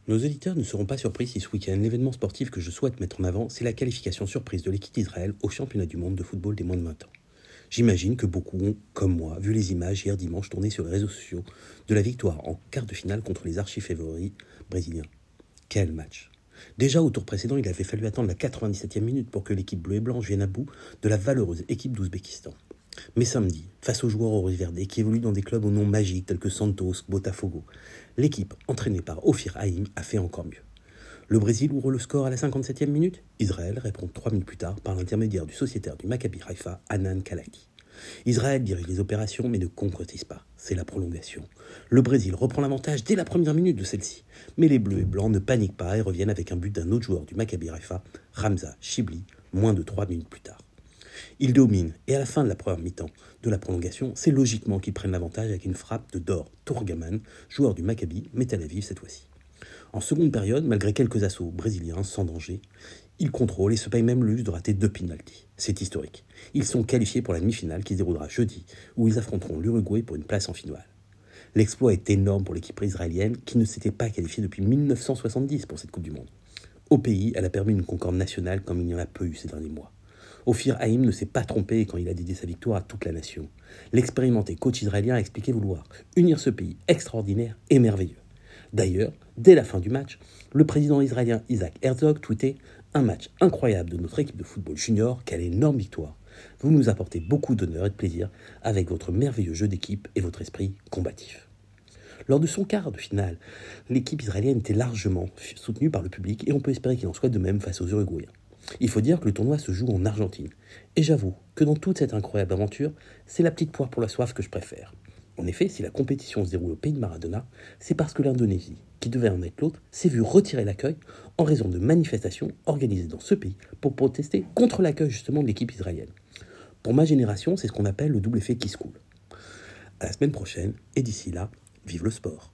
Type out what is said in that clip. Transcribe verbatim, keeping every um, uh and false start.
Nos auditeurs ne seront pas surpris si ce week-end, l'événement sportif que je souhaite mettre en avant, c'est la qualification surprise de l'équipe d'Israël au championnat du monde de football des moins de vingt ans. J'imagine que beaucoup ont, comme moi, vu les images hier dimanche tournées sur les réseaux sociaux de la victoire en quart de finale contre les archi-favoris brésiliens. Quel match! Déjà au tour précédent, il avait fallu attendre la quatre-vingt-dix-septième minute pour que l'équipe bleue et blanche vienne à bout de la valeureuse équipe d'Ouzbékistan. Mais samedi, face aux joueurs au Verdé qui évoluent dans des clubs au nom magique tels que Santos, Botafogo, l'équipe, entraînée par Ofir Haïm, a fait encore mieux. Le Brésil ouvre le score à la cinquante-septième minute. Israël répond trois minutes plus tard par l'intermédiaire du sociétaire du Maccabi Haïfa, Hanan Khalali. Israël dirige les opérations mais ne concrétise pas. C'est la prolongation. Le Brésil reprend l'avantage dès la première minute de celle-ci. Mais les Bleus et Blancs ne paniquent pas et reviennent avec un but d'un autre joueur du Maccabi Haïfa, Ramza Shibli, moins de trois minutes plus tard. Ils dominent et à la fin de la première mi-temps de la prolongation, c'est logiquement qu'ils prennent l'avantage avec une frappe de Dor Tourgaman, joueur du Maccabi, mais Tel Aviv cette fois-ci. En seconde période, malgré quelques assauts brésiliens sans danger, ils contrôlent et se payent même le luxe de rater deux pénaltys. C'est historique. Ils sont qualifiés pour la demi-finale qui se déroulera jeudi, où ils affronteront l'Uruguay pour une place en finale. L'exploit est énorme pour l'équipe israélienne qui ne s'était pas qualifiée depuis mille neuf cent soixante-dix pour cette Coupe du Monde. Au pays, elle a permis une concorde nationale comme il n'y en a peu eu ces derniers mois. Ofir Haïm ne s'est pas trompé quand il a dédié sa victoire à toute la nation. L'expérimenté coach israélien a expliqué vouloir unir ce pays extraordinaire et merveilleux. D'ailleurs, dès la fin du match, le président israélien Isaac Herzog tweetait « Un match incroyable de notre équipe de football junior, quelle énorme victoire. Vous nous apportez beaucoup d'honneur et de plaisir avec votre merveilleux jeu d'équipe et votre esprit combatif. » Lors de son quart de finale, l'équipe israélienne était largement soutenue par le public et on peut espérer qu'il en soit de même face aux Uruguayens. Il faut dire que le tournoi se joue en Argentine. Et j'avoue que dans toute cette incroyable aventure, c'est la petite poire pour la soif que je préfère. En effet, si la compétition se déroule au pays de Maradona, c'est parce que l'Indonésie, qui devait en être l'autre, s'est vue retirer l'accueil en raison de manifestations organisées dans ce pays pour protester contre l'accueil justement de l'équipe israélienne. Pour ma génération, c'est ce qu'on appelle le double effet qui se coule. À la semaine prochaine, et d'ici là, vive le sport!